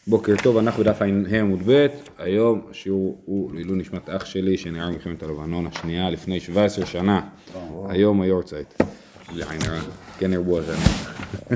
בוקר טוב, אנחנו בדף ע"ה עמוד ב', היום השיעור הוא לעילוי נשמת אח שלי שנהרג במלחמת הלבנון השנייה לפני 17 שנה, היום היורצייט, כן ירבו השנה.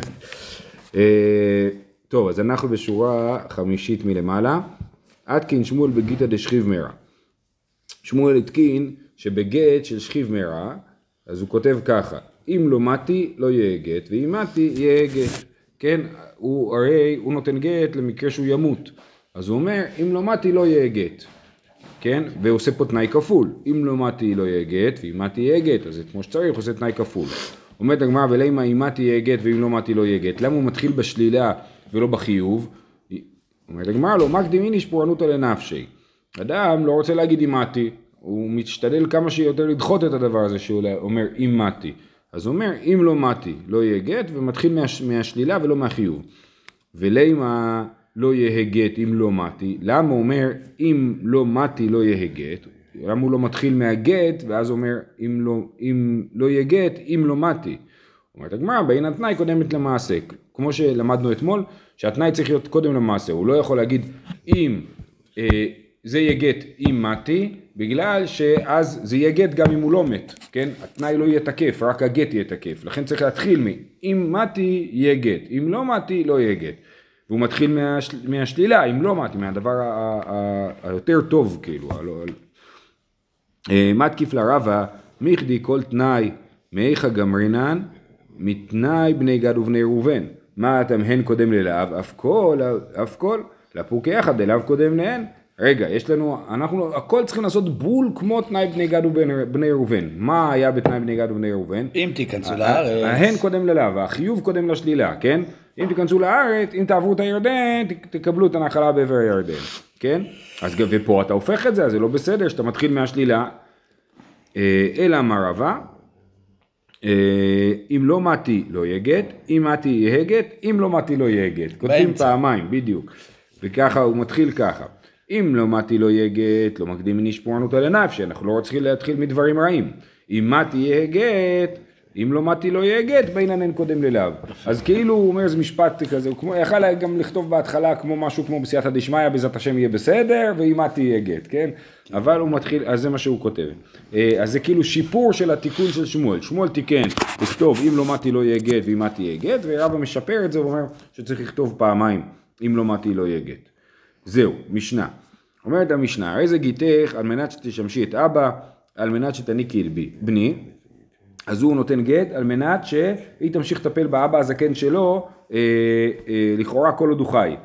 טוב, אז אנחנו בשורה חמישית מלמעלה, עדכין שמואל בגיתא דשכיב מרע. שמואל התקין שבגט של שכיב מרע, אז הוא כותב ככה, אם לא מתי לא יהיה גט, ואם מתי יהיה גט. כן, הוא נותן גט למקרה שהוא ימות, אז הוא אומר, אם לא מתי לא יהיה גט, כן, והוא עושה פה תנאי כפול, אם לא מתי לא יהיה גט, ואם מתי יהיה גט, אז כמו שצריך הוא עושה תנאי כפול. אומרת הגמרא, ולמה אם מתי יהיה גט, ואם לא מתי לא יהיה גט, למה הוא מתחיל בשלילה ולא בחיוב? אומרת הגמרא, לא מקדימיני שפורענותא לנפשי, אדם לא רוצה להגיד אם מתי, הוא משתדל כמה שיותר לדחות את הדבר הזה שהוא אומר אם מתי, אז הוא אומר, אם לא מתי, לא יהיה גט, ומתחיל מהשלילה ולא מהחיוב. ולמה לא יהיה גט אם לא מתי? למה הוא אומר, אם לא מתי, לא יהיה גט? למה הוא לא מתחיל מהגט, ואז הוא אומר, אם לא יהיה גט, אם לא מתי? אומרת הגמרא, בעין התנאי קודמת למעשה. כמו שלמדנו אתמול, שהתנאי צריך להיות קודם למעשה. הוא לא יכול להגיד, אם זה יהיה גט אם מתי, בגלל שאז זה יהיה גט גם אם הוא לא מת, כן? התנאי לא יהיה תקף, רק הגט יהיה תקף. לכן צריך להתחיל אם מתי יהיה גט, אם לא מתי לא יהיה גט. והוא מתחיל מהשלילה, אם לא מתי, מהדבר היותר טוב כאילו. מתקיף לרבה, מיכדי כל תנאי מאיך גמרינן, מתנאי בני גד ובני ראובן. מה תמהן קודם ללאו, אף כל, לפוקח עד אליו קודם להן. רגע, אנחנו הכל צריכים לעשות בול כמו תנאי בני גד ובני ראובן. מה היה בתנאי בני גד ובני ראובן? אם תיכנסו לארץ. ההן קודם ללאו, החיוב קודם לשלילה, כן? אם תיכנסו לארץ, אם תעברו את הירדן, תקבלו את הנחלה בעבר הירדן, כן? אז ופה אתה הופך את זה, אז זה לא בסדר שאתה מתחיל מהשלילה. אלא אמר רבא, אם לא מתי לא יהיה גט, אם מתי יהיה גט, אם לא מתי לא יהיה גט. כותבים פעמיים, בדיוק. וככה הוא מתחיל ככה. אם לא מתי לא יהיה גט, לא מקדימיני שפורענותא לנפשי, אנחנו לא רוצים להתחיל מדברים רעים. אם מתי יהיה גט, אם לא מתי לא יהיה גט, בעינן קודם ללאו. אז כאילו הוא אומר איזה משפט כזה, הוא יכל גם לכתוב בהתחלה כמו משהו כמו בסייעתא דשמיא, בעזרת השם יהיה בסדר, ואם מתי יהיה גט, כן? אבל הוא מתחיל, אז זה מה שהוא כותב. אז זה כאילו שיפור של התיקון של שמואל. שמואל תיקן, לכתוב אם לא מתי לא יהיה גט, ואם מתי יהיה גט, ורבא משפר את זה ואומר שצריך לכתוב פעמיים, אם לא מתי לא יהיה גט. זהו, משנה. אומרת המשנה, הרי זה גיתך על מנת שתשמשי את אבא, על מנת שתניקי את בני. אז הוא נותן גט על מנת שהיא תמשיך לטפל באבא הזקן שלו, לכאורה כל עוד הוא חי.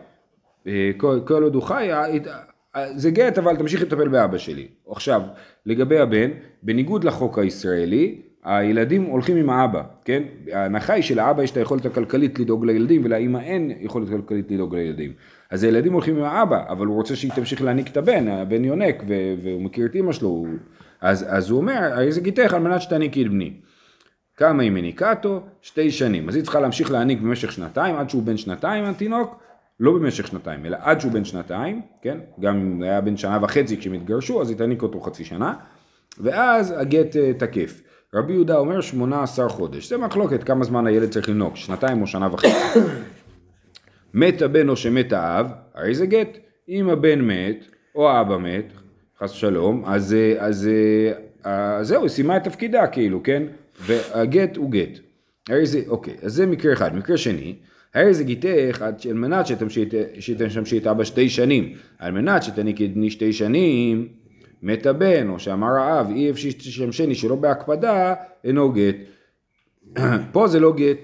כל עוד הוא חי, זה גט אבל תמשיך לטפל באבא שלי. עכשיו, לגבי הבן, בניגוד לחוק הישראלי, הילדים הולכים עם האבא, כן? ההנחה היא שלאבא יש את היכולת הכלכלית לדאוג לילדים, ולאמא אין יכולת כלכלית לדאוג לילדים. אז הילדים הולכים עם האבא, אבל הוא רוצה שהיא תמשיך להניק את הבן, הבן יונק, והוא מכיר את אמא שלו. אז הוא אומר, הרי זה גיתך על מנת שתניקי את בני. כמה היא מניקתו? 2 שנים. אז היא צריכה להמשיך להניק במשך 2, עד שהוא בן 2 התינוק, לא במשך 2, אלא עד שהוא בן 2, כן? גם אם היה בן 1.5 שנה כשהם התגרשו, אז היא תניק אותו 0.5 שנה, ואז הגט תקף. רבי יהודה אומר 18 חודש. זה מחלוקת כמה זמן הילד צריך לנוק, 2 או 1.5 שנה. מת הבן או שמת האב, הרי זה גט. אם הבן מת, או האבא מת, חס ושלום, אז זהו, היא סיימה את תפקידה כאילו, כן? והגט הוא גט. הרי זה, אוקיי, אז זה מקרה אחד. מקרה שני, הרי זה גיתך על מנת שתשמשי את אבא 2 שנים, על מנת שתניקי את בני 2 שנים, מת הבן, או שאמר האב, אי אפשר שתשמשני שלא בהקפדה, אינו גט. פה זה לא גט.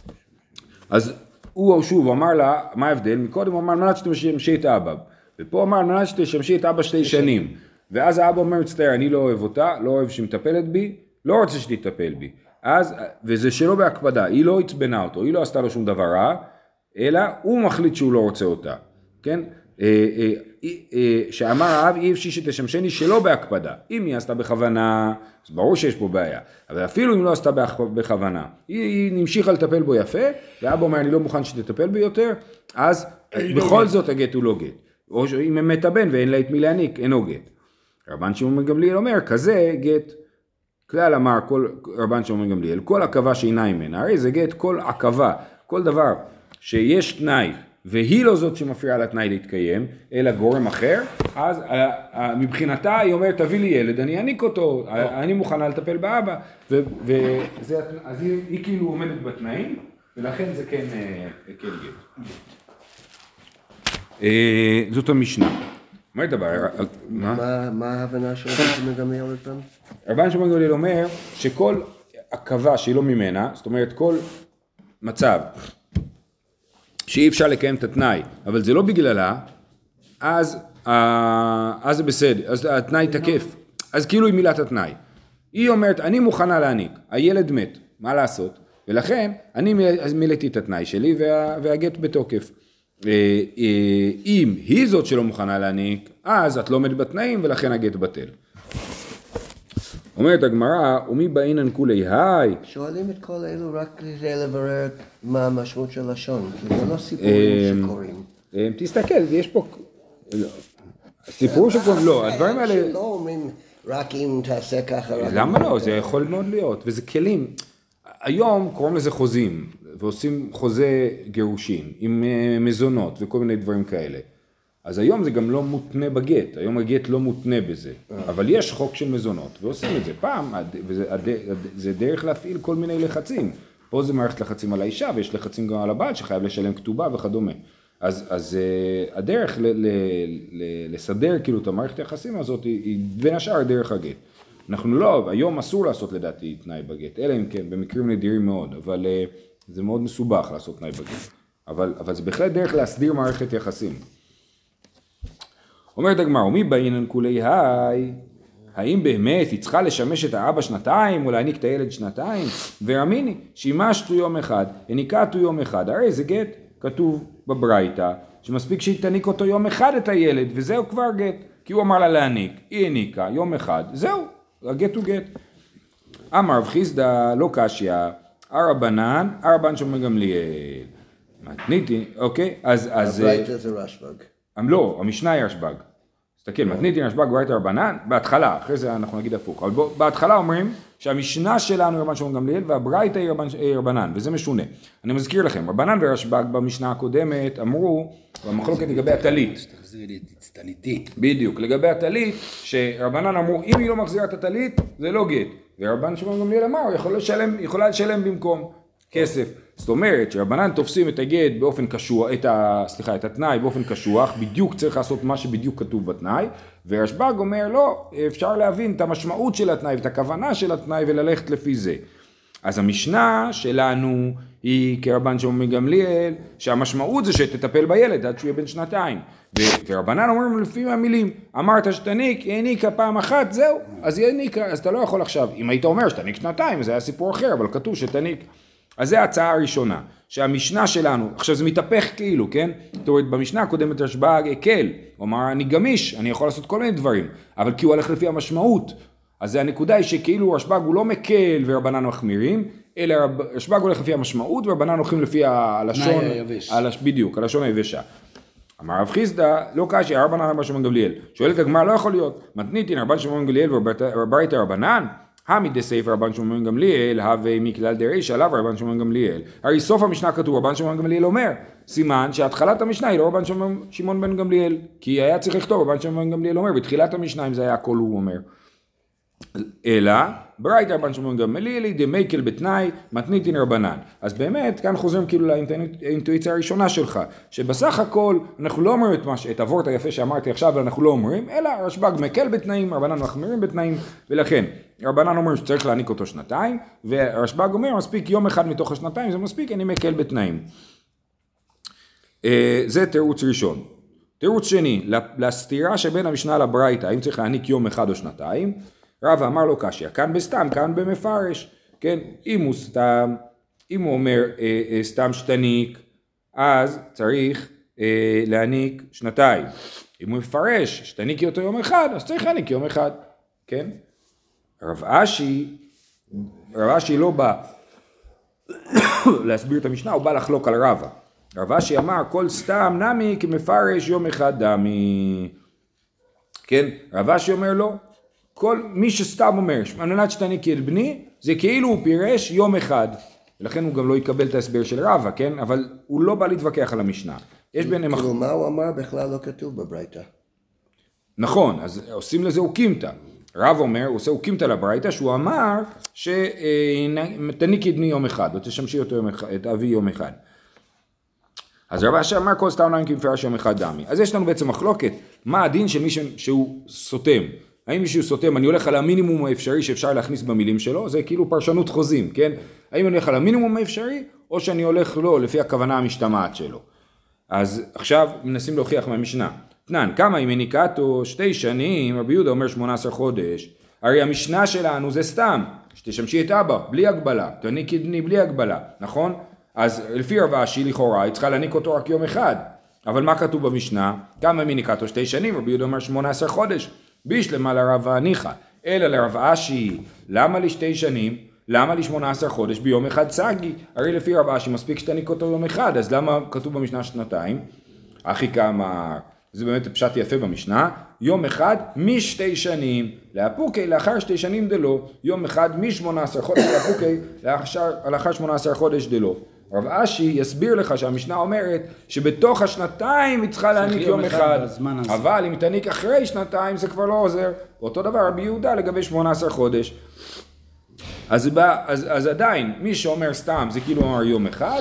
אז הוא שוב אמר לה, מה ההבדל? מקודם הוא אמר, על מנת שתשמשי את אבא. ופה אמר, על מנת שתשמשי את אבא 2 שנים. ואז האבא אומר, מצטער, אני לא אוהב אותה, לא אוהב שהיא מטפלת בי, לא רוצה שתטפל בי. אז, וזה שלא בהקפדה, היא לא הצבנה אותו, היא לא עשתה לו שום דבר רע, אלא הוא מחליט שהוא לא רוצה אותה. כן? שאמר האב, אי אפשר שתשמשני שלא בהקפדה. אם היא עשתה בכוונה, אז ברור שיש פה בעיה. אבל אפילו אם לא עשתה בכוונה, היא נמשיכה לטפל בו יפה, ואבא אומר, אני לא מוכן שתטפל בי יותר, אז בכל זאת הגט הוא לא גט. או אם הם מטבן ואין לה את מי להניק, אינו גט. רבן שמעון בן גמליאל אומר, כזה גט. כלל אמר רבן שמעון בן גמליאל, כל עכבה שאינה ממנה, הרי זה גט כל עכבה, כל דבר שיש תנאי והיא לא זאת שמפריעה לתנאי להתקיים, אלא גורם אחר, אז מבחינתה היא אומרת, תביא לי ילד, אני אעניק אותו, אני מוכנה לטפל באבא, אז היא כאילו עומדת בתנאים, ולכן זה כן גט. זאת המשנה. מה ההבנה של רבן שמעון גמליאל עוד פעם? רבן שמעון גמליאל אומר שכל עכבה שהיא לא ממנה, זאת אומרת כל מצב שאי אפשר לקיים את התנאי, אבל זה לא בגללה, אז זה בסדר, אז התנאי תקף, אז כאילו היא מילת התנאי. היא אומרת, אני מוכנה להעניק, הילד מת, מה לעשות? ולכן אני מילאתי את התנאי שלי והגט בתוקף. אם היא זאת שלא מוכנה להעניק, אז את לא עומדת בתנאים ולכן הגט בטל. אומרת הגמרא, ומי באינן כולי היי? שואלים את כל אלו רק כדי לברר מה המשמעות של לשון, כי זה לא סיפורים שקוראים. תסתכל, יש פה... סיפור שקוראים, לא, הדברים האלה... לא אומרים רק אם תעשה ככה... למה לא? זה יכול מאוד להיות, וזה כלים. היום קוראים לזה חוזים, ועושים חוזה גירושין, עם מזונות וכל מיני דברים כאלה. אז היום זה גם לא מותנה בגט, היום הגט לא מותנה בזה, אבל יש חוק של מזונות, ועושים את זה פעם, זה דרך להפעיל כל מיני לחצים. פה זה מערכת לחצים על האישה, ויש לחצים גם על הבעל שחייב לשלם כתובה וכדומה. אז הדרך לסדר כאילו את המערכת היחסים הזאת, היא בין השאר דרך הגט. אנחנו לא, היום אסור לעשות לדעתי תנאי בגט, אלא אם כן, במקרים נדירים מאוד, אבל זה מאוד מסובך לעשות תנאי בגט. אבל זה בהחלט דרך להסדיר מערכת יחסים. אומרת הגמרא, ומי באינן כולי היי? האם באמת היא צריכה לשמש את האבא שנתיים, או להעניק את הילד שנתיים? ואמיני, שימשתו יום אחד, הניקתו יום אחד, הרי זה גט, כתוב בברייתא, שמספיק שהיא תעניק אותו יום אחד את הילד, וזהו כבר גט, כי הוא אמר לה להעניק, היא העניקה יום אחד, זהו, הגט הוא גט. אמר רב חיסדא לא קשיא, הרבנן שמעון גמליאל. מתניתי, אוקיי, אז... הברייתא זה רשב"ג. לא, המשנה היא רשב"ג. תסתכל, מתניתי רשב"ג ברייתא רבנן, בהתחלה, אחרי זה אנחנו נגיד הפוך, אבל בהתחלה אומרים שהמשנה שלנו היא רבן שמעון גמליאל, והברייתא היא רבנן, וזה משונה. אני מזכיר לכם, רבנן ורשב"ג במשנה הקודמת אמרו, במחלוקת לגבי הטלית. שתחזירי לי את טליתי. בדיוק, לגבי הטלית, שרבנן אמרו, אם היא לא מחזירה את הטלית, זה לא גט. ורבן שמעון גמליאל אמר, יכולה לשלם במקום כסף. זאת אומרת שרבנן תופסים את הגט באופן קשוח, את התנאי באופן קשוח, בדיוק צריך לעשות מה שבדיוק כתוב בתנאי, ורשב"ג אומר לא, אפשר להבין את המשמעות של התנאי ואת הכוונה של התנאי וללכת לפי זה. אז המשנה שלנו היא כרבן שמעון גמליאל, שהמשמעות זה שתטפל בילד עד שהוא יהיה בן שנתיים. ורבנן אומרים לפי המילים, אמרת שתניק, העניקה פעם אחת, זהו, אז היא העניקה, אז אתה לא יכול עכשיו, אם היית אומר שתניק שנתיים, זה היה סיפור אחר, אבל כתוב שתניק. אז זו ההצעה הראשונה, שהמשנה שלנו, עכשיו זה מתהפך כאילו, כן? זאת אומרת, במשנה הקודמת רשב"ג הקל, הוא אמר, אני גמיש, אני יכול לעשות כל מיני דברים, אבל כי הוא הולך לפי המשמעות, אז הנקודה היא שכאילו רשב"ג הוא לא מקל ורבנן מחמירים, אלא רשב"ג הולך לפי המשמעות ורבנן הולכים לפי הלשון, בדיוק, הלשון היבשה. אמר רב חיסדא, לא קשיא, רבן שמעון גמליאל. שואלת הגמרא, לא יכול להיות. מתניתין רבן שמעון גמליאל וברייתא רבנן? המי דסייף רבן שמעון גמליאל, הווה מכלל דריש עליו רבן שמעון גמליאל. הרי סוף המשנה כתוב, רבן שמעון גמליאל אומר, סימן שהתחלת המשנה היא לא רבן שמעון בן גמליאל, כי היה צריך לכתוב, רבן שמעון גמליאל אומר, בתחילת המשנה אם זה היה הכל הוא אומר. אלא, ברייתא רבן שמעון גמליאל, דמייקל בתנאי, מתניתין רבנן. אז באמת, כאן חוזרים כאילו לאינטואיציה הראשונה שלך, שבסך הכל אנחנו לא אומרים את הוורט היפה שאמרתי עכשיו, אנחנו לא אומרים, אלא רשב"ג מקל בתנאים, רבנן מחמירים בתנאים, ולכן, רבנן אומר שצריך להעניק אותו שנתיים, ורשב"ג אומר, מספיק יום אחד מתוך השנתיים, זה מספיק, אני מקל בתנאים. זה תירוץ ראשון. תירוץ שני, לסתירה שבין המשנה לברייתא, האם צריך להעניק יום אחד או שנתיים, רב אמר לו קשיא, כאן בסתם, כאן במפרש, כן, אם הוא אומר סתם שתניק, אז צריך להעניק שנתיים. אם הוא מפרש שתניקי אותו יום אחד, אז צריך להעניק יום אחד, כן? רב אשי לא בא להסביר את המשנה, הוא בא לחלוק על רבא. רב אשי אמר, כל סתם נמי כמפרש יום אחד דמי. כן, רב אשי אומר לא. כל מי שסתם אומר, על מנת שתניקי את בני, זה כאילו הוא פירש יום אחד. ולכן הוא גם לא יקבל את ההסבר של רבא, כן? אבל הוא לא בא להתווכח על המשנה. יש ביניהם... כאילו מה הוא אמר בכלל לא כתוב בברייתא. נכון, אז עושים לזה אוקימתא. רב אומר, הוא עושה אוקימתא לברייתא, שהוא אמר שתניקי את בני יום אחד, ותשמשי אותו את אבי יום אחד. אז רב אשר אמר כל סתם נעים כמפרש יום אחד דמי. אז יש לנו בעצם מחלוקת, מה הדין של מי שהוא סותם? האם מישהו סותם, אני הולך על המינימום האפשרי שאפשר להכניס במילים שלו, זה כאילו פרשנות חוזים, כן? האם אני הולך על המינימום האפשרי, או שאני הולך לא, לפי הכוונה המשתמעת שלו. אז עכשיו מנסים להוכיח מהמשנה. תנן, כמה אם הניקתו 2 שנים, רבי יהודה אומר 18 חודש, הרי המשנה שלנו זה סתם, שתשמשי את אבא, בלי הגבלה, תניקי את בני בלי הגבלה, נכון? אז לפי רב אשי לכאורה, היא צריכה להניק אותו רק יום אחד, אבל מה כתוב במשנה? כמה אם הניקתו 2 שנים, רבי יהודה אומר 18 חודש, בישלמה לרב הניחא, אלא לרב אשי, למה לי 2 שנים? למה לי 18 חודש ביום אחד סגי? הרי לפי רב אשי מספיק שתניק אותו יום אחד, אז למה כתוב במשנה 2? אחי כמה, זה באמת פשט יפה במשנה, יום אחד מ2 שנים, לאפוקי לאחר 2 שנים דלו, יום אחד מ18 חודש לאפוקי לאחר 18 חודש דלו. רב אשי יסביר לך שהמשנה אומרת שבתוך 2 היא צריכה להניק יום אחד, אבל אם תניק אחרי 2 זה כבר לא עוזר. אותו דבר רבי יהודה לגבי 18 חודש. אז עדיין מי שאומר סתם זה כאילו אומר יום אחד,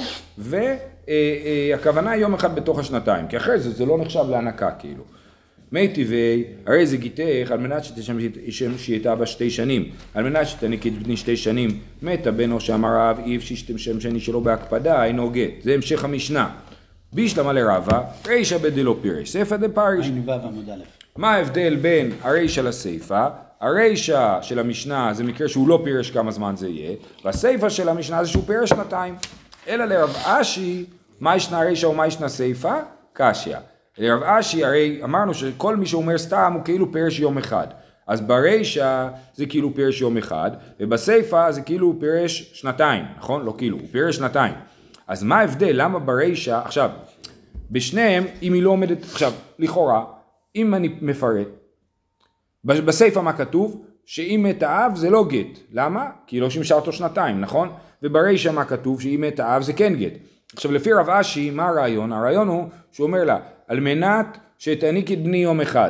והכוונה יום אחד בתוך 2, כי אחרי זה לא נחשב להנקה כאילו. מי טבעי, הרי זה גיתך על מנת שתשמשי את אבא 2 שנים, על מנת שתניק את בני 2 שנים, מתה בנו שאמר רב אי אפשר שתשם שני שלו בהקפדה, אינו גט. זה המשך המשנה. בישלמה לרבה, רישא בדלא פירש, סייפא דפריש. מה ההבדל בין הרישא לסייפא? הרישא של המשנה זה מקרה שהוא לא פירש כמה זמן זה יהיה, והסייפא של המשנה זה שהוא פירש 2. אלא לרב אשי, מה ישנה הרישא ומה ישנה סייפא? קשיא. לרב אשי הרי אמרנו שכל מי שאומר סתם הוא כאילו פירש יום אחד. אז ברישא זה כאילו פירש יום אחד, ובסייפא זה כאילו פירש 2, נכון? לא כאילו, הוא פירש 2. אז מה ההבדל? למה ברישא, עכשיו, בשניהם, אם היא לא עומדת, עכשיו, לכאורה, אם אני מפרט, בסייפא מה כתוב? שאם מת האב זה לא גט. למה? כי לא שימשה אותו 2, נכון? וברישא מה כתוב? שאם מת האב זה כן גט. עכשיו לפי רב אשי, מה הרעיון? הרעיון הוא שהוא אומר לה, על מנת שתעניק את בני יום אחד,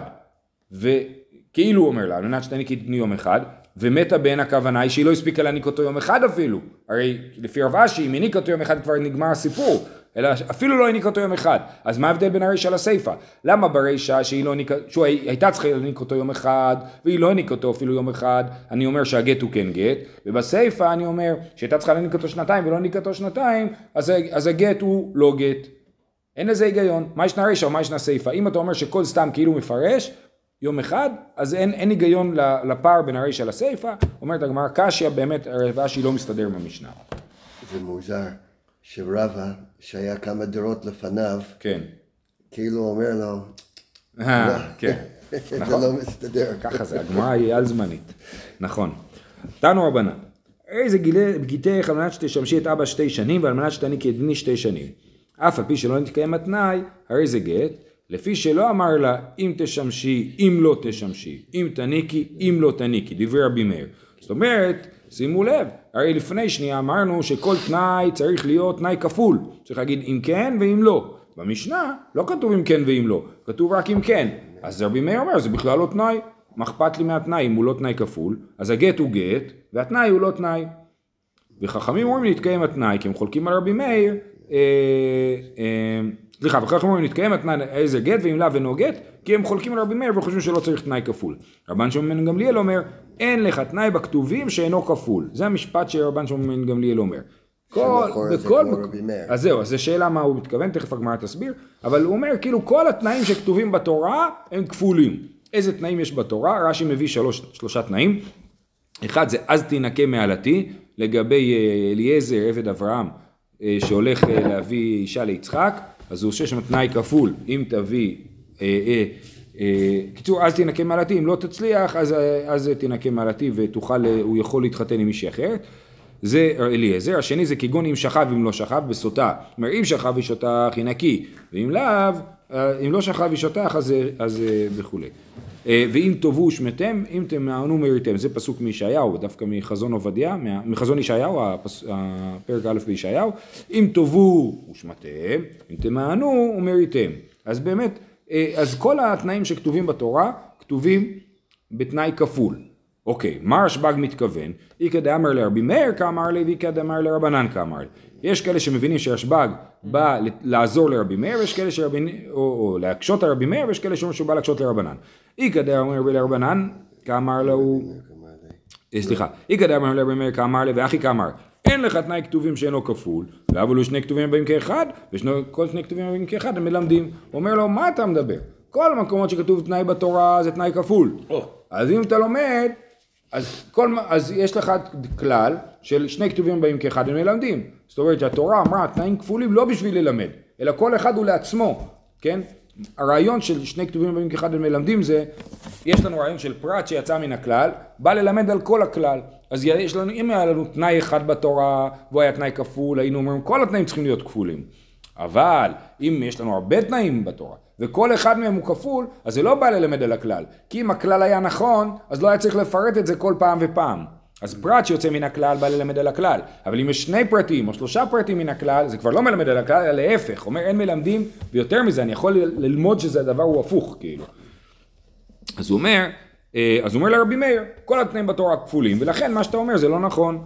וכאילו הוא אומר לה, על מנת שתעניק את בני יום אחד, ומתה בן הכוונה היא שהיא לא הספיקה להניק אותו יום אחד אפילו. הרי לפי רב אשי, אם הניק אותו יום אחד כבר נגמר הסיפור, אלא אפילו לא הניק אותו יום אחד. אז מה ההבדל בין הרישא לסייפא? למה ברישא שהיא לא הניק, שהוא הייתה צריכה להניק אותו יום אחד, והיא לא הניק אותו אפילו יום אחד, אני אומר שהגט הוא כן גט, ובסייפא אני אומר שהייתה צריכה להניק אותו 2 ולא הניק אותו 2, אז הגט הוא לא גט. אין לזה היגיון. מה ישנה רישא ומה ישנה סייפא? אם אתה אומר שכל סתם כאילו מפרש יום אחד, אז אין היגיון לפער בין הרישא לסייפא. אומרת הגמרא קשיא, באמת רב אשי לא מסתדר במשנה. זה מוזר שרבא שהיה כמה דורות לפניו, כן. כאילו אומר לו, כן. זה לא מסתדר. ככה זה, הגמרא היא על זמנית. נכון. תנו רבנן, איזה גיתך על מנת שתשמשי את אבא 2 שנים ועל מנת שתניקי את בני 2 שנים. אף על פי שלא נתקיים התנאי, הרי זה גט, לפי שלא אמר לה אם תשמשי, אם לא תשמשי, אם תניקי, אם לא תניקי, דברי רבי מאיר. זאת אומרת, שימו לב, הרי לפני שנייה אמרנו שכל תנאי צריך להיות תנאי כפול, צריך להגיד אם כן ואם לא. במשנה לא כתוב אם כן ואם לא, כתוב רק אם כן. אז רבי מאיר אומר, זה בכלל לא תנאי, מה אכפת לי מהתנאי אם הוא לא תנאי כפול, אז הגט הוא גט והתנאי הוא לא תנאי. וחכמים אומרים להתקיים התנאי, כי הם חולקים על רבי מאיר, סליחה, וחכמים אומרים להתקיים התנאי איזה גט ואם לאו אינו גט, כי הם חולקים על רבי מאיר וחושבים שלא צריך תנאי כפול. רבן שמעון בן גמליאל אומר, אין לך תנאי בכתובים שאינו כפול. זה המשפט שרבן שמעון בן גמליאל אומר. אז זהו, אז זו שאלה מה הוא מתכוון, תכף הגמרא תסביר, אבל הוא אומר כאילו כל התנאים שכתובים בתורה הם כפולים. איזה תנאים יש בתורה? רש"י מביא 3 תנאים. אחד זה אז תינקה מעלתי, לגבי אליעזר עבד אברהם שהולך להביא אישה ליצחק, אז הוא עושה שם תנאי כפול, אם תביא, קיצור, אז תינקה מעלתי, אם לא תצליח, אז תינקה מעלתי הוא יכול להתחתן עם מישהי אחרת. זה אליעזר. השני זה כגון אם שכב אם לא שכב בסוטה, אומר אם שכב ושותח היא נקי, ואם לאו אם לא שכב אישתך, אז וכולי. ואם תאבו ושמתם, אם תמענו מריתם, זה פסוק מישעיהו, דווקא מחזון עובדיה, מחזון ישעיהו, הפרק א' בישעיהו, אם תאבו ושמתם, אם תמענו ומריתם. אז באמת, אז כל התנאים שכתובים בתורה, כתובים בתנאי כפול. אוקיי, מה רשב"ג מתכוון? איקא דאמר לרבי מאיר כאמר לי, ואיקא דאמר לרבנן כאמר לי. יש כאלה שמבינים שרשב"ג בא לעזור לרבי מאיר, ויש כאלה או להקשות לרבי מאיר, ויש כאלה שהוא בא להקשות לרבנן. איקא דאמר לרבנן כאמר לו, סליחה, איקא דאמר לרבי מאיר כאמר לי, ואחי כאמר, אין לך תנאי כתובים שאינו כפול, אבל שני כתובים באים כאחד, וכל שני כתובים באים כאחד, הם מלמדים. הוא אומר לו, מה אתה מדבר? כל המקומות שכתוב תנאי בתורה זה תנאי כפול. אז אם אתה לומד, אז יש לך כלל של שני כתובים באים כאחד, הם מלמדים. זאת אומרת שהתורה אמרה, תנאים כפולים לא בשביל ללמד, אלא כל אחד הוא לעצמו, כן? הרעיון של שני כתובים באים כאחד הם מלמדים זה, יש לנו רעיון של פרט שיצא מן הכלל, בא ללמד על כל הכלל. אז יש לנו, אם היה לנו תנאי אחד בתורה, והוא היה תנאי כפול, היינו אומרים, כל התנאים צריכים להיות כפולים. אבל אם יש לנו הרבה תנאים בתורה, וכל אחד מהם הוא כפול, אז זה לא בא ללמד על הכלל. כי אם הכלל היה נכון, אז לא היה צריך לפרט את זה כל פעם ופעם. אז פרט שיוצא מן הכלל בא ללמד על הכלל. אבל אם יש 2 פרטים או 3 פרטים מן הכלל, זה כבר לא מלמד על הכלל, אלא להפך. אומר, אין מלמדים, ויותר מזה, אני יכול ללמוד שזה הדבר הוא הפוך, כאילו. אז הוא אומר לרבי מאיר, כל התנאים בתורה כפולים, ולכן מה שאתה אומר זה לא נכון.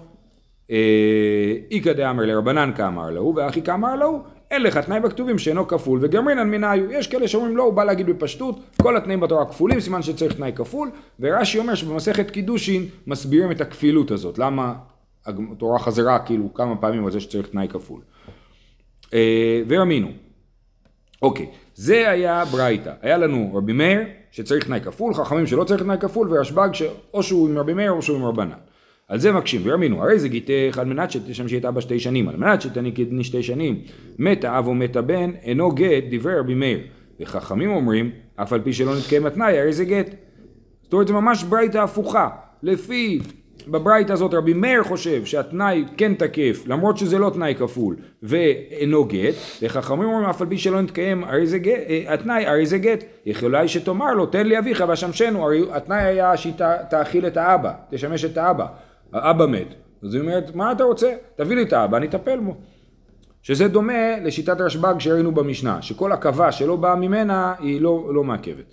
איקא דאמר לרבנן כאמר לו, ואחי כאמר לו, אין לך תנאי בכתובים שאינו כפול, וגמרינן מנהיו. יש כאלה שאומרים לא, הוא בא להגיד בפשטות, כל התנאים בתורה כפולים, סימן שצריך תנאי כפול, ורש"י אומר שבמסכת קידושין מסבירים את הכפילות הזאת, למה התורה חזרה כאילו כמה פעמים על זה שצריך תנאי כפול. והאמינו. אוקיי, זה היה ברייתא. היה לנו רבי מאיר שצריך תנאי כפול, חכמים שלא צריך תנאי כפול, ורשב"ג שאו שהוא עם רבי מאיר או שהוא עם רבנן. על זה מקשים, והאמינו, הרי זה גיתך על מנת שתשמשי את אבא 2 שנים, על מנת שתניקי את בני 2 שנים, מתה אב ומתה בן, אינו גט, דברי רבי מאיר. וחכמים אומרים, אף על פי שלא נתקיים התנאי, הרי זה גט. זאת אומרת, זה ממש ברייתא הפוכה. לפי, בברייתא הזאת רבי מאיר חושב שהתנאי כן תקף, למרות שזה לא תנאי כפול, ואינו גט, וחכמים אומרים, אף על פי שלא נתקיים התנאי, הרי זה גט. יכולה שתאמר לו, תן לי אביך ואשמשנו, הרי התנאי היה שתאכיל את האבא, תשמש את האבא. האבא מת. אז היא אומרת, מה אתה רוצה? תביא לי את האבא, אני אטפל בו. שזה דומה לשיטת רשב"ג שראינו במשנה, שכל עכבה שלא באה ממנה היא לא מעכבת.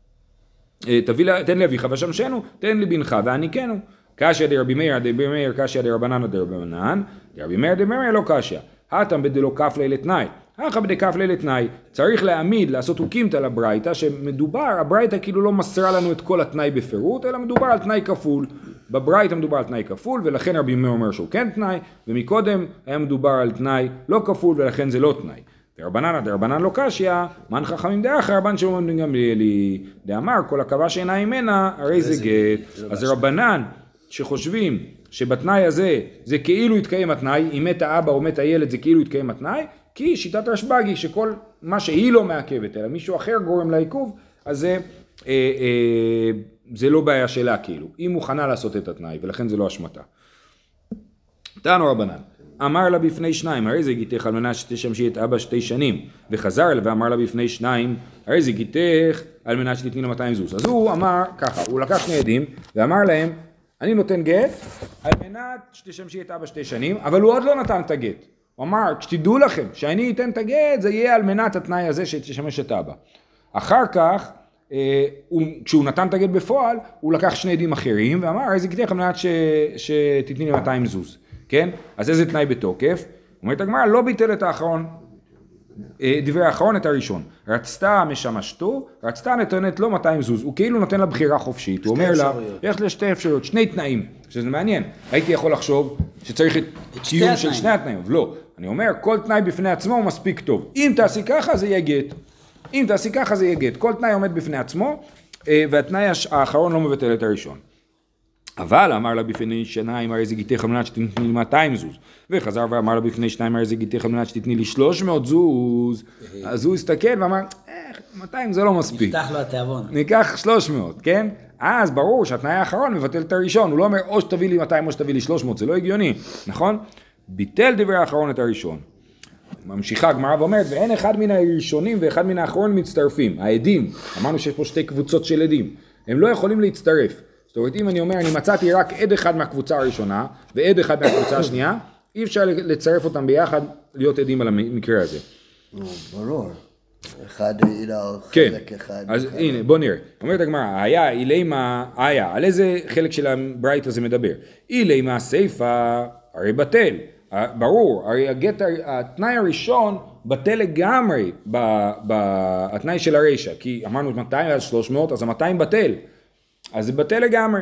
תן לי אביך ואשמשנו, תן לי בנך ואניקנו. קשיא דרבי מאיר דרבי מאיר, קשיא דרבנן דרבנן, דרבי מאיר דרבי מאיר לא קשיא. הטם בדלא כפלי לתנאי. אחא בדכפלי לתנאי, צריך להעמיד, לעשות הוקימתא לברייתא, שמדובר, הברייתא כאילו לא מסרה לנו את כל התנאי בפירוט, אלא מדובר על תנאי כפול. בברייתא מדובר על תנאי כפול, ולכן רבי מאיר אומר שהוא כן תנאי, ומקודם היה מדובר על תנאי לא כפול, ולכן זה לא תנאי. דרבנן לא קשיא, מן חכמים דאחר, רבן שמעון גם לי, דאמר, כל עכבה שאינה ממנה, הרי זה גט. אז רבנן שחושבים שבתנאי הזה, זה כאילו יתקיים התנאי, אם מת האבא או מת הילד זה כאילו יתקיים התנאי, כי שיטת רשב"ג היא שכל מה שהיא לא מעכבת, אלא מישהו אחר גורם לעיכוב, אז זה לא בעיה שלה כאילו. היא מוכנה לעשות את התנאי, ולכן זה לא אשמתה. תנו רבנן, אמר לה בפני 2, הרי זה גיתך על מנת שתשמשי את אבא 2 שנים, וחזר אליו ואמר לה בפני 2, הרי זה גיתך על מנת שתתני לה 200 זוז. אז הוא אמר ככה, הוא לקח 2 עדים, ואמר להם, אני נותן גט על מנת שתשמשי את אבא 2 שנים, אבל הוא עוד לא נתן את הגט. הוא אמר, כשתדעו לכם שאני אתן את הגט, זה יהיה על מנת התנאי הזה שתשמש את אבא. אחר כך, כשהוא נתן את הגט בפועל, הוא לקח 2 עדים אחרים, ואמר, איזה גיתך על מנת שתתני לי 200 זוז. כן? אז איזה תנאי בתוקף? אומרת הגמרא, לא ביטל את האחרון, דברי האחרון את הראשון. רצתה משמשתו, רצתה נתנת לו 200 זוז. הוא כאילו נותן לה בחירה חופשית. הוא אומר לה, יש לה 2 אפשרויות, 2 תנאים. שזה מעניין. הייתי יכול לחשוב שצריך את קיום של 2 התנאים. לא. אני אומר, כל תנאי בפני עצמו הוא מספיק טוב. אם תעשי ככה, זה יהיה גט. אם תעשי ככה, זה יהיה גט. כל תנאי עומד בפני עצמו, והתנאי האחרון לא מבטל את הראשון. אבל אמר לה בפני 2, הרי זה גיתך על מנת שתתני לי 200 זוז. וחזר ואמר לה בפני 2, הרי זה גיתך על מנת שתתני לי 300 זוז. אז הוא הסתכל ואמר, 200 זה לא מספיק. נפתח לו התיאבון. ניקח 300, כן? אז ברור שהתנאי האחרון מבטל את הראשון. הוא לא אומר, או שתביא לי 200 או שתביא לי 300, זה לא הגיוני, נכון? ביטל דברי האחרון את הראשון. ממשיכה הגמרא ואומרת, ואין אחד מן הראשונים ואחד מן האחרונים מצטרפים, העדים, אמרנו שיש פה שתי קבוצות של עדים, הם לא יכולים להצטרף, זאת אומרת אם אני אומר אני מצאתי רק עד אחד מהקבוצה הראשונה ועד אחד מהקבוצה השנייה, אי אפשר לצרף אותם ביחד להיות עדים על המקרה הזה. ברור, אחד העיד על חלק אחד. אז הנה בוא נראה, אומרת הגמרא, היה אילמה, על איזה חלק של הברייתא הזה מדבר? אילמה הסיפא הרי בטל, ברור, הרי התנאי הראשון בטל לגמרי התנאי של הרישא, כי אמרנו 200 עד 300, אז 200 בטל, אז זה בטל לגמרי.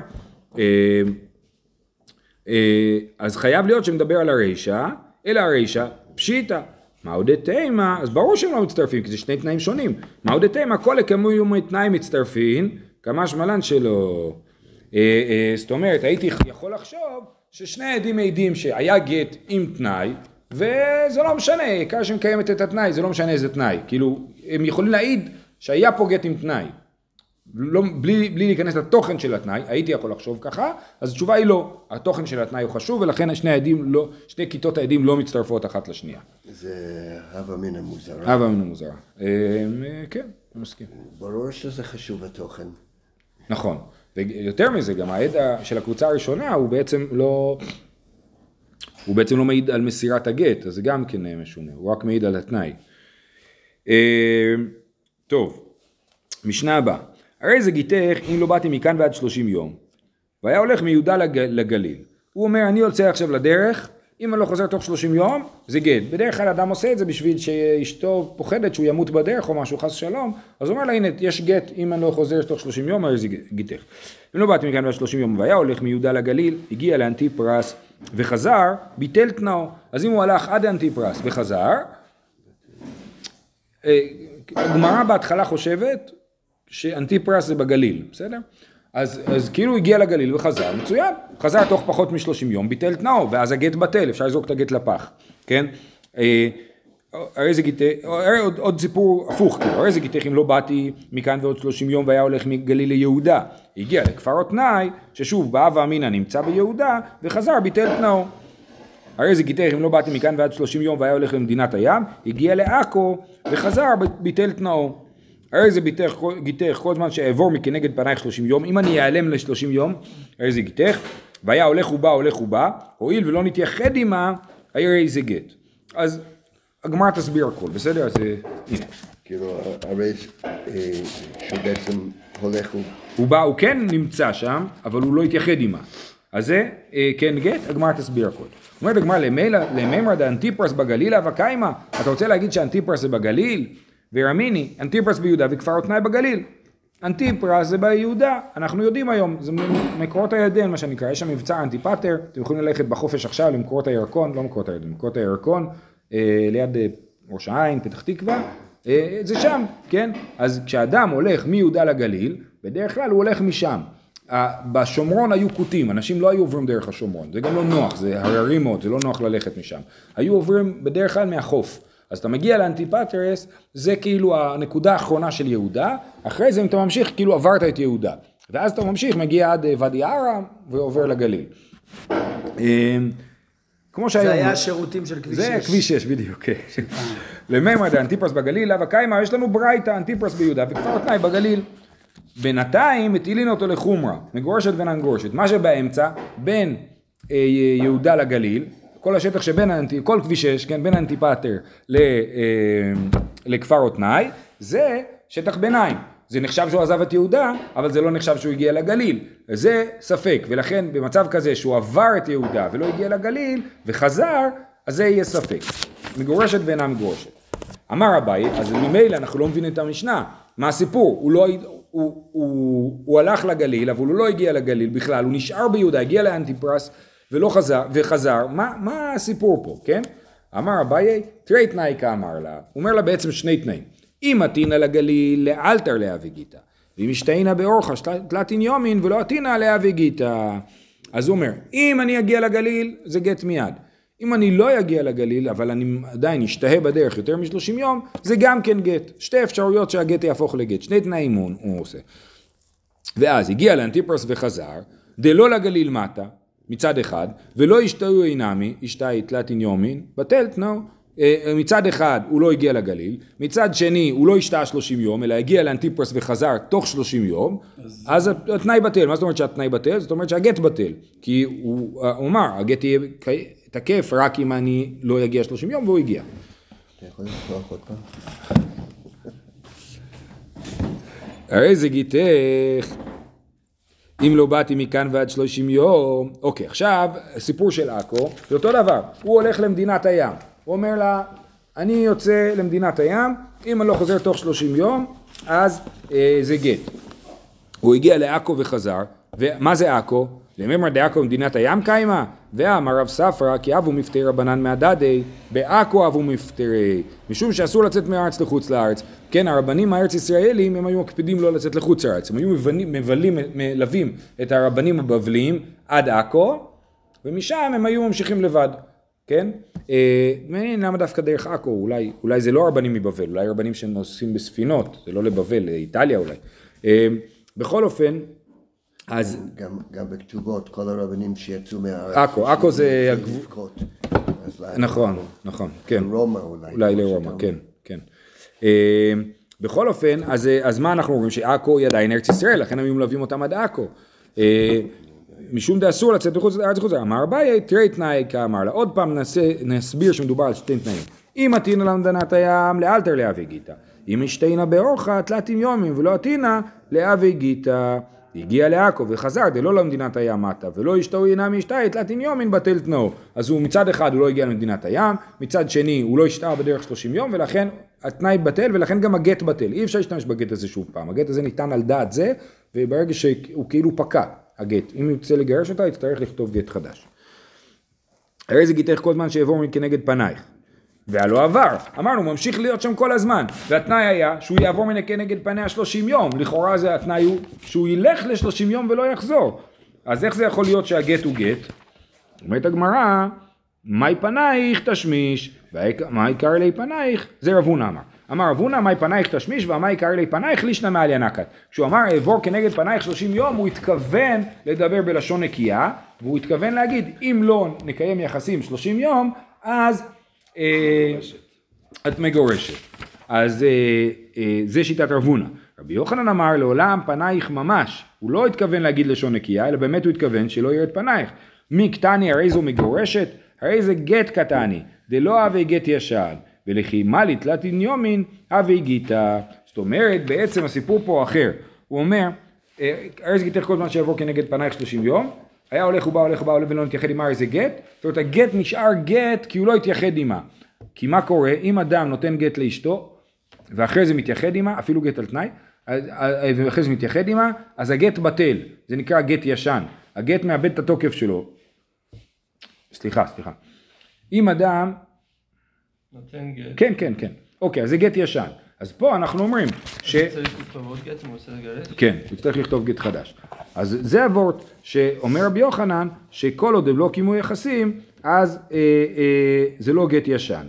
אז חייב להיות שמדבר על הרישא, אלא הרישא פשיטא. מה עוד תימה? אז ברור שהם לא מצטרפים, כי זה שני תנאים שונים. מה עוד תימה? כל הכמויום תנאי מצטרפים, כמה שמלן שלו. זאת אומרת, הייתי יכול לחשוב ששני עדים מעידים שהיה גט עם תנאי, וזה לא משנה, עיקר שמקיימת את התנאי, זה לא משנה איזה תנאי. כאילו, הם יכולים להעיד שהיה פה גט עם תנאי. לא, בלי להיכנס לתוכן של התנאי, הייתי יכול לחשוב ככה, אז התשובה היא לא. התוכן של התנאי הוא חשוב, ולכן שני כיתות העדים לא מצטרפות אחת לשנייה. זה הווה מן המוזרה. הווה מן המוזרה. כן, אני מסכים. ברור שזה חשוב התוכן. נכון. ויותר מזה, גם העד של הקבוצה הראשונה הוא בעצם לא מעיד על מסירת הגט, אז זה גם כן משונה, הוא רק מעיד על התנאי. טוב, משנה הבאה. הרי זה גיתך אם לא באתי מכאן ועד 30 יום, והיה הולך מיהודה לגליל. הוא אומר, אני יוצא עכשיו לדרך, אם אני לא חוזר תוך 30 יום, זה גט. בדרך כלל אדם עושה את זה בשביל שאשתו פוחדת שהוא ימות בדרך או משהו, חס שלום, אז הוא אומר לה, הנה, יש גט, אם אני לא חוזר תוך 30 יום, הרי זה גיתך. אם לא באתי מכאן ועד 30 יום, והיה הולך מיהודה לגליל, הגיע לאנטיפרס וחזר, ביטל תנאו. אז אם הוא הלך עד האנטיפרס וחזר, הגמרא בהתחלה חושבת, שאנטיפרס זה בגליל, בסדר? אז כאילו הוא הגיע לגליל וחזר, מצוין, חזר תוך פחות מ-30 יום, ביטל תנאו, ואז הגט בטל, אפשר לזרוק את הגט לפח, כן? הרי זה גיתך, עוד סיפור הפוך, הרי זה גיתך אם לא באתי מכאן ועוד 30 יום והיה הולך מגליל ליהודה, הגיע לכפר אותנאי, ששוב באה ואמינא נמצא ביהודה, וחזר ביטל תנאו. הרי זה גיתך אם לא באתי מכאן ועד 30 יום והיה הולך למדינת הים, הגיע לעכו וחזר ביטל תנאו. הרי זה גיתך כל זמן שאעבור מכנגד פנייך 30 יום, אם אני אעלם ל-30 יום, הרי זה גיתך, והיה הולך ובא, הואיל ולא נתייחד עמה, הרי זה גט. אז הגמרא תסביר הכל, בסדר? אז הנה. כאילו, הרי שבעצם הולך הוא בא, הוא כן נמצא שם, אבל הוא לא התייחד עמה. אז זה כן גט, הגמרא תסביר הכל. אומרת הגמרא, למימרא דאנטיפרס בגליל אבא קיימא, אתה רוצה להגיד שאנטיפרס זה בגליל? ורמיני, אנטיפרס ביהודה וכפר אותנאי בגליל. אנטיפרס זה ביהודה, אנחנו יודעים היום, זה מקורות הירדן מה שנקרא, יש שם מבצע אנטיפטר, אתם יכולים ללכת בחופש עכשיו למקורות הירקון, לא מקורות הירדן, מקורות הירקון, ליד ראש העין, פתח תקווה, זה שם, כן? אז כשאדם הולך מיהודה לגליל, בדרך כלל הוא הולך משם. בשומרון היו קוטים, אנשים לא היו עוברים דרך השומרון, זה גם לא נוח, זה הררי מאוד, זה לא נוח ללכת משם. היו עוברים בדרך כלל מהחוף. אז אתה מגיע לאנטיפטרס, זה כאילו הנקודה האחרונה של יהודה, אחרי זה אם אתה ממשיך, כאילו עברת את יהודה. ואז אתה ממשיך, מגיע עד ואדי ערה ועובר לגליל. כמו שהיום... זה היה השירותים של כביש 6. זה כביש 6, בדיוק. למימרא דאנטיפרס בגליל, אבא קיימא, יש לנו ברייתא, אנטיפרס ביהודה וכפר אותנאי בגליל. בינתיים מטילין אותו לחומרה, מגורשת ונגורשת. מה שבאמצע, בין יהודה לגליל, כל השטח שבין, כל כביש 6, כן, בין האנטיפטר לכפר אותנאי, זה שטח ביניים. זה נחשב שהוא עזב את יהודה, אבל זה לא נחשב שהוא הגיע לגליל. וזה ספק, ולכן במצב כזה שהוא עבר את יהודה ולא הגיע לגליל וחזר, אז זה יהיה ספק. מגורשת ואינה מגורשת. אמר אביי, אז ממילא אנחנו לא מבינים את המשנה. מה הסיפור? הוא הלך לגליל, אבל הוא לא הגיע לגליל בכלל, הוא נשאר ביהודה, הגיע לאנטיפרס, ולא חזר, מה הסיפור פה, כן? אמר אביי, תראי תנאי כאמר לה, הוא אומר לה בעצם שני תנאים, אם עתינה לגליל, לאלתר להביא גיטה, ואם השתהינה באורחה, תלתין יומין, ולא עתינה להביא גיטה, אז הוא אומר, אם אני אגיע לגליל, זה גט מיד, אם אני לא אגיע לגליל, אבל אני עדיין אשתהה בדרך יותר מ-30 יום, זה גם כן גט, שתי אפשרויות שהגט יהפוך לגט, שני תנאים הוא עושה, ואז הגיע לאנטיפרס וחזר, דלא לגליל מטה, מצד אחד, ולא ישתהו אינמי, ישתהי תלתין יומין, בטל תנאו, מצד אחד הוא לא הגיע לגליל, מצד שני הוא לא השתהה 30 יום, אלא הגיע לאנטיפרס וחזר תוך 30 יום, אז התנאי בטל. מה זאת אומרת שהתנאי בטל? זאת אומרת שהגט בטל, כי הוא אמר, הגט יהיה תקף רק אם אני לא אגיע 30 יום, והוא הגיע. אתה יכול לפתוח עוד פעם? הרי זה גיתך, אם לא באתי מכאן ועד 30 יום, אוקיי, עכשיו, הסיפור של עכו, זה אותו דבר, הוא הולך למדינת הים, הוא אומר לה, אני יוצא למדינת הים, אם אני לא חוזר תוך 30 יום, אז זה גט. הוא הגיע לעכו וחזר, ומה זה עכו? לממר דעכו במדינת הים קיימה, ואמר רב ספרא כי אבו מפטרי רבנן מהדדי, בעכו אבו מפטרי, משום שאסור לצאת מהארץ לחוץ לארץ. כן, הרבנים הארץ ישראלים הם היו מקפידים לא לצאת לחוץ לארץ, הם היו מלווים את הרבנים הבבליים עד עכו, ומשם הם היו ממשיכים לבד, כן? למה דווקא דרך עכו? אולי זה לא הרבנים מבבל, אולי הרבנים שנוסעים בספינות, זה לא לבבל, לאיטליה אולי. בכל אופן, אז גם בכתובות, כל הרבנים שיצאו מהארץ. עכו זה הגבול. נכון, כן. לרומא אולי. אולי לרומא, כן. בכל אופן, אז מה אנחנו אומרים? שעכו היא עדיין ארץ ישראל, לכן הם היו מלווים אותם עד עכו. משום דאסור לצאת לחוץ לארץ חוזר. אמר אביי, תראי תנאי כאמר לה. עוד פעם נסביר שמדובר על שתי תנאים. אם עתינה למדינת הים, לאלתר לאבי גיטה. אם השתינה באורחה, תלתים יומים, ולא עתינה לאבי גיטה. הגיע לעכו וחזר, דלא למדינת הים מטה, ולא אשתו אינה מאשתה, תלתים יומין בטל תנאו. אז הוא מצד אחד הוא לא הגיע למדינת הים, מצד שני הוא לא השתהה בדרך 30 יום, ולכן התנאי בטל, ולכן גם הגט בטל. אי אפשר להשתמש בגט הזה שוב פעם. הגט הזה ניתן על דעת זה, וברגע שהוא כאילו פקע, הגט. אם יוצא לגרש אותה, יצטרך לכתוב גט חדש. הרי זה גיתך כל זמן שיעבור כנגד פנייך. והלא עבר, אמרנו, ממשיך להיות שם כל הזמן, והתנאי היה שהוא יעבור כנגד פניה 30 יום, לכאורה זה התנאי הוא שהוא ילך ל-30 יום ולא יחזור. אז איך זה יכול להיות שהגט הוא גט? אומרת הגמרא, מי פנייך תשמיש, ומה עיקר לי פנייך? זה רב הונא אמר רב הונא, מי פנייך תשמיש, ומה עיקר לי פנייך? לישנא מעל ינקת. כשהוא אמר אעבור כנגד פנייך 30 יום, הוא התכוון לדבר בלשון נקייה, והוא התכוון להגיד, אם לא נקיים יחסים 30 יום, אז את מגורשת. אז זה שיטת רב הונא. רבי יוחנן אמר לעולם פנייך ממש, הוא לא התכוון להגיד לשון נקייה, אלא באמת הוא התכוון שלא יראה את פנייך. מי קטני הרי זו מגורשת, הרי זה גט קטני, דלא אבי גט ישן, ולכי מלי תלתין יומין אבי גיטה. זאת אומרת, בעצם הסיפור פה אחר. הוא אומר, הרי זה גיתך כל זמן שיבוא כנגד פנייך 30 יום, היה הולך ובא ולא נתייחד עמה, איזה גט. זאת אומרת, הגט נשאר גט כי הוא לא התייחד עמה. כי מה קורה? אם אדם נותן גט לאשתו, ואחרי זה מתייחד עמה, אפילו גט על תנאי, ואחרי זה מתייחד עמה, אז הגט בטל. זה נקרא גט ישן. הגט מאבד את התוקף שלו. סליחה. אם אדם... נותן גט. כן. אוקיי, אז זה גט ישן. אז פה אנחנו אומרים ש... אז צריך לכתוב עוד גט אם הוא רוצה לגרש? כן, הוא צריך לכתוב גט חדש. אז זה הוורט שאומר רבי יוחנן, שכל עוד הם לא קיימו יחסים, אז זה לא גט ישן.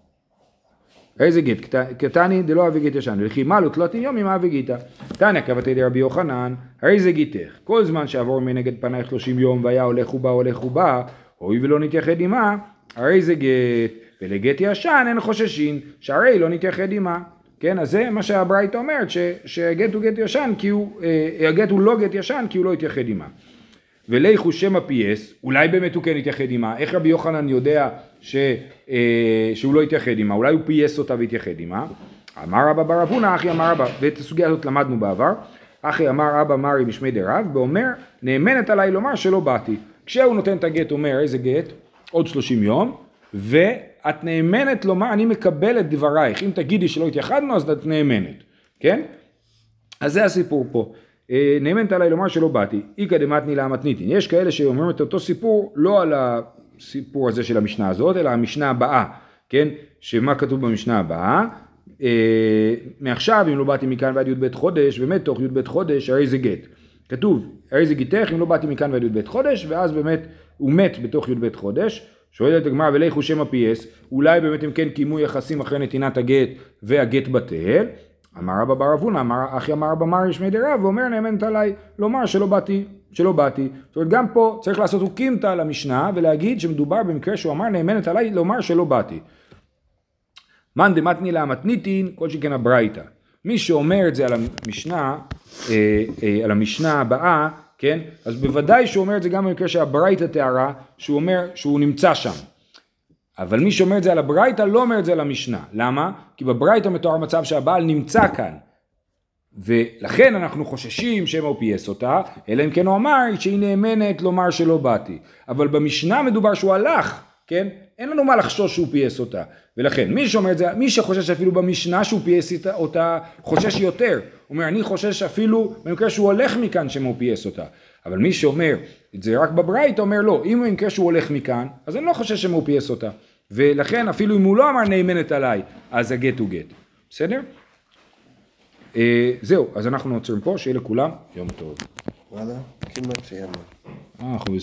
איזה גט? קטני דלא אבי גט ישן, ולכי מלו תלתין יומים אבי גיטה. תניא קבתי דרבי יוחנן, הרי זה גיתך. כל זמן שעבור מנגד פנייך 30 יום, והיה הולך ובא, הואיל ולא נתייחד עמה, הרי זה גט. ולגט ישן אין חוששים, שהרי לא נתייחד עמה. כן, אז זה מה שהברייתא אומרת, שהגט הוא גט ישן, הגט הוא לא גט ישן, כי הוא לא התייחד עמה. וליכו שמא פייס, אולי באמת הוא כן התייחד עמה, איך רבי יוחנן יודע שהוא לא התייחד עמה, אולי הוא פייס אותה והתייחד עמה. אמר רבא בר אבונה, אחי אמר רבא, ואת הסוגיה הזאת למדנו בעבר, אחי אמר רבא מרי משמי דרב, ואומר, נאמנת עליי לומר שלא באתי. כשהוא נותן את הגט, אומר, איזה גט? עוד 30 יום, ואת נאמנת לומר, אני מקבל את דברייך, אם תגידי שלא התייחדנו, אז את נאמנת, כן? אז זה הסיפור פה. נאמנת עליי לומר שלא באתי, איקא דמתני לה מתניתין. יש כאלה שאומרים את אותו סיפור, לא על הסיפור הזה של המשנה הזאת, אלא המשנה הבאה, כן? שמה כתוב במשנה הבאה? מעכשיו, אם לא באתי מכאן ועד י"ב חודש, באמת תוך י"ב חודש, הרי זה גט. כתוב, הרי זה גיתך, אם לא באתי מכאן ועד י"ב חודש, ואז באמת הוא מת בתוך י"ב חודש. שואלת הגמרא וליכו שמא פייס, אולי באמת הם כן קיימו יחסים אחרי נתינת הגט והגט בטל. אמר רבא בר אבונה, אחי אמר רבא מרי שמי דרב, ואומר נאמנת עליי לומר שלא באתי. זאת אומרת, גם פה צריך לעשות אוקימתא למשנה ולהגיד שמדובר במקרה שהוא אמר נאמנת עליי לומר שלא באתי. מאן דמתני לה מתניתין, כל שכן הברייתא. מי שאומר את זה על המשנה הבאה, כן? אז בוודאי שהוא אומר את זה גם במקרה שהברייתא תיארה, שהוא אומר שהוא נמצא שם. אבל מי שאומר את זה על הברייתא לא אומר את זה על המשנה. למה? כי בברייתא מתואר מצב שהבעל נמצא כאן. ולכן אנחנו חוששים שמא הוא פייס אותה, אלא אם כן הוא אמר שהיא נאמנת לומר שלא באתי. אבל במשנה מדובר שהוא הלך, כן? אין לנו מה לחשוש שהוא פייס אותה. ולכן מי שאומר את זה, מי שחושש אפילו במשנה שהוא פייס אותה, חושש יותר. הוא אומר, אני חושש אפילו במקרה שהוא הולך מכאן שמא הוא פייס אותה. אבל מי שאומר את זה רק בברייתא אומר לא, אם במקרה שהוא הולך מכאן, אז אני לא חושש שמא הוא פייס אותה. ולכן אפילו אם הוא לא אמר נאמנת עליי, אז הגט הוא גט. בסדר? זהו, אז אנחנו נוצרים פה, שיהיה לכולם יום טוב. וואלה, כמעט סיימנו. אנחנו